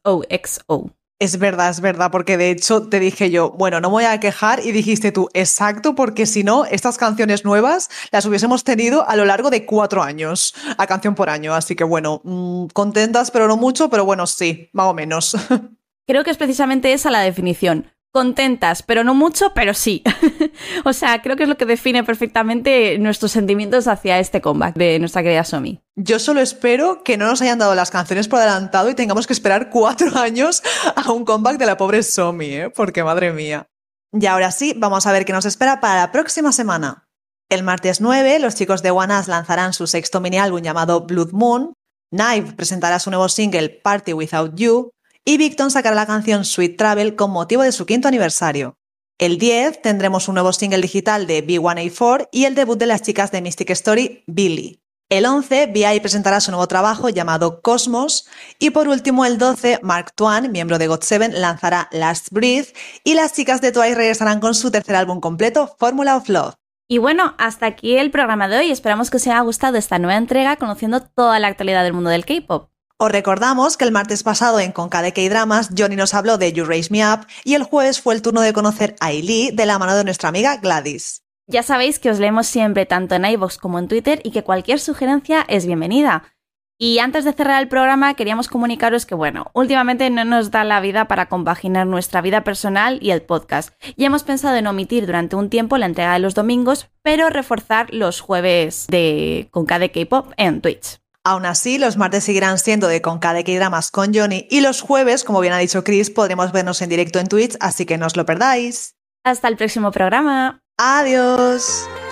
XOXO. Es verdad, porque de hecho te dije yo, bueno, no me voy a quejar y dijiste tú, exacto, porque si no, estas canciones nuevas las hubiésemos tenido a lo largo de 4 años, a canción por año, así que bueno, contentas pero no mucho, pero bueno, sí, más o menos. Creo que es precisamente esa la definición. Contentas, pero no mucho, pero sí. O sea, creo que es lo que define perfectamente nuestros sentimientos hacia este comeback de nuestra querida Somi. Yo solo espero que no nos hayan dado las canciones por adelantado y tengamos que esperar 4 años a un comeback de la pobre Somi, porque madre mía. Y ahora sí, vamos a ver qué nos espera para la próxima semana. El martes 9, los chicos de One Us lanzarán su sexto mini álbum llamado Blood Moon, Nive presentará su nuevo single Party Without You y Victon sacará la canción Sweet Travel con motivo de su 5º aniversario. El 10 tendremos un nuevo single digital de B1A4 y el debut de las chicas de Mystic Story, Billy. El 11, B.I. presentará su nuevo trabajo llamado Cosmos y por último el 12, Mark Twain, miembro de GOT7, lanzará Last Breath y las chicas de Twice regresarán con su tercer álbum completo, Formula of Love. Y bueno, hasta aquí el programa de hoy. Esperamos que os haya gustado esta nueva entrega conociendo toda la actualidad del mundo del K-pop. Os recordamos que el martes pasado en Conca de K-Dramas, Johnny nos habló de You Raise Me Up y el jueves fue el turno de conocer a Ailee de la mano de nuestra amiga Gladys. Ya sabéis que os leemos siempre tanto en iVoox como en Twitter y que cualquier sugerencia es bienvenida. Y antes de cerrar el programa queríamos comunicaros que bueno, últimamente no nos da la vida para compaginar nuestra vida personal y el podcast. Y hemos pensado en omitir durante un tiempo la entrega de los domingos, pero reforzar los jueves de Conca de K-pop en Twitch. Aún así, los martes seguirán siendo de Conca de K-Dramas con Johnny y los jueves, como bien ha dicho Chris, podremos vernos en directo en Twitch, así que no os lo perdáis. Hasta el próximo programa. ¡Adiós!